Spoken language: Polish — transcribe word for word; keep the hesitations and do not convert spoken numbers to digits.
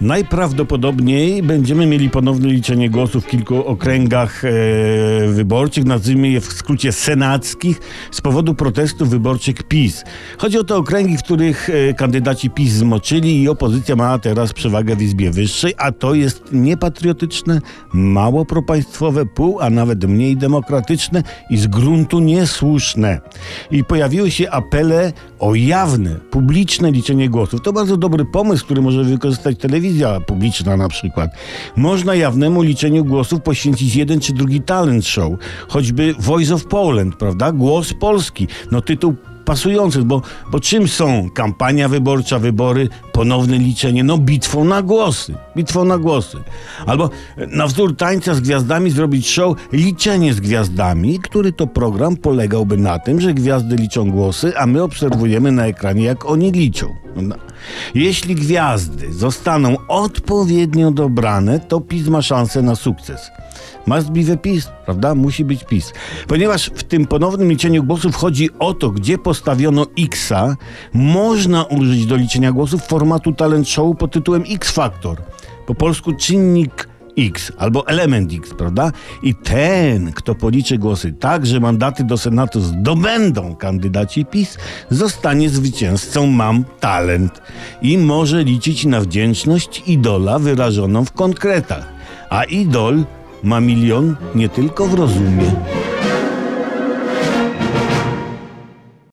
Najprawdopodobniej będziemy mieli ponowne liczenie głosów w kilku okręgach e, wyborczych, nazwijmy je w skrócie senackich, z powodu protestów wyborczych PiS. Chodzi o te okręgi, w których e, kandydaci PiS zmoczyli i opozycja ma teraz przewagę w Izbie Wyższej, a to jest niepatriotyczne, mało propaństwowe, pół, a nawet mniej demokratyczne i z gruntu niesłuszne. I pojawiły się apele o jawne, publiczne liczenie głosów. To bardzo dobry pomysł, który może wykorzystać telewizja publiczna na przykład. Można jawnemu liczeniu głosów poświęcić jeden czy drugi talent show. Choćby Voice of Poland, prawda? Głos Polski. No tytuł pasujący, bo, bo czym są kampania wyborcza, wybory, ponowne liczenie? No bitwą na głosy. Bitwą na głosy. Albo na wzór Tańca z Gwiazdami zrobić show Liczenie z Gwiazdami, który to program polegałby na tym, że gwiazdy liczą głosy, a my obserwujemy na ekranie, jak oni liczą. No. Jeśli gwiazdy zostaną odpowiednio dobrane, to PiS ma szansę na sukces. Must be the PiS, prawda? Musi być PiS. Ponieważ w tym ponownym liczeniu głosów chodzi o to, gdzie postawiono X-a, można użyć do liczenia głosów formatu talent show pod tytułem X-Factor. Po polsku czynnik X albo element X, prawda? I ten, kto policzy głosy tak, że mandaty do Senatu zdobędą kandydaci PiS, zostanie zwycięzcą Mam Talent i może liczyć na wdzięczność idola wyrażoną w konkretach. A idol ma milion nie tylko w rozumie.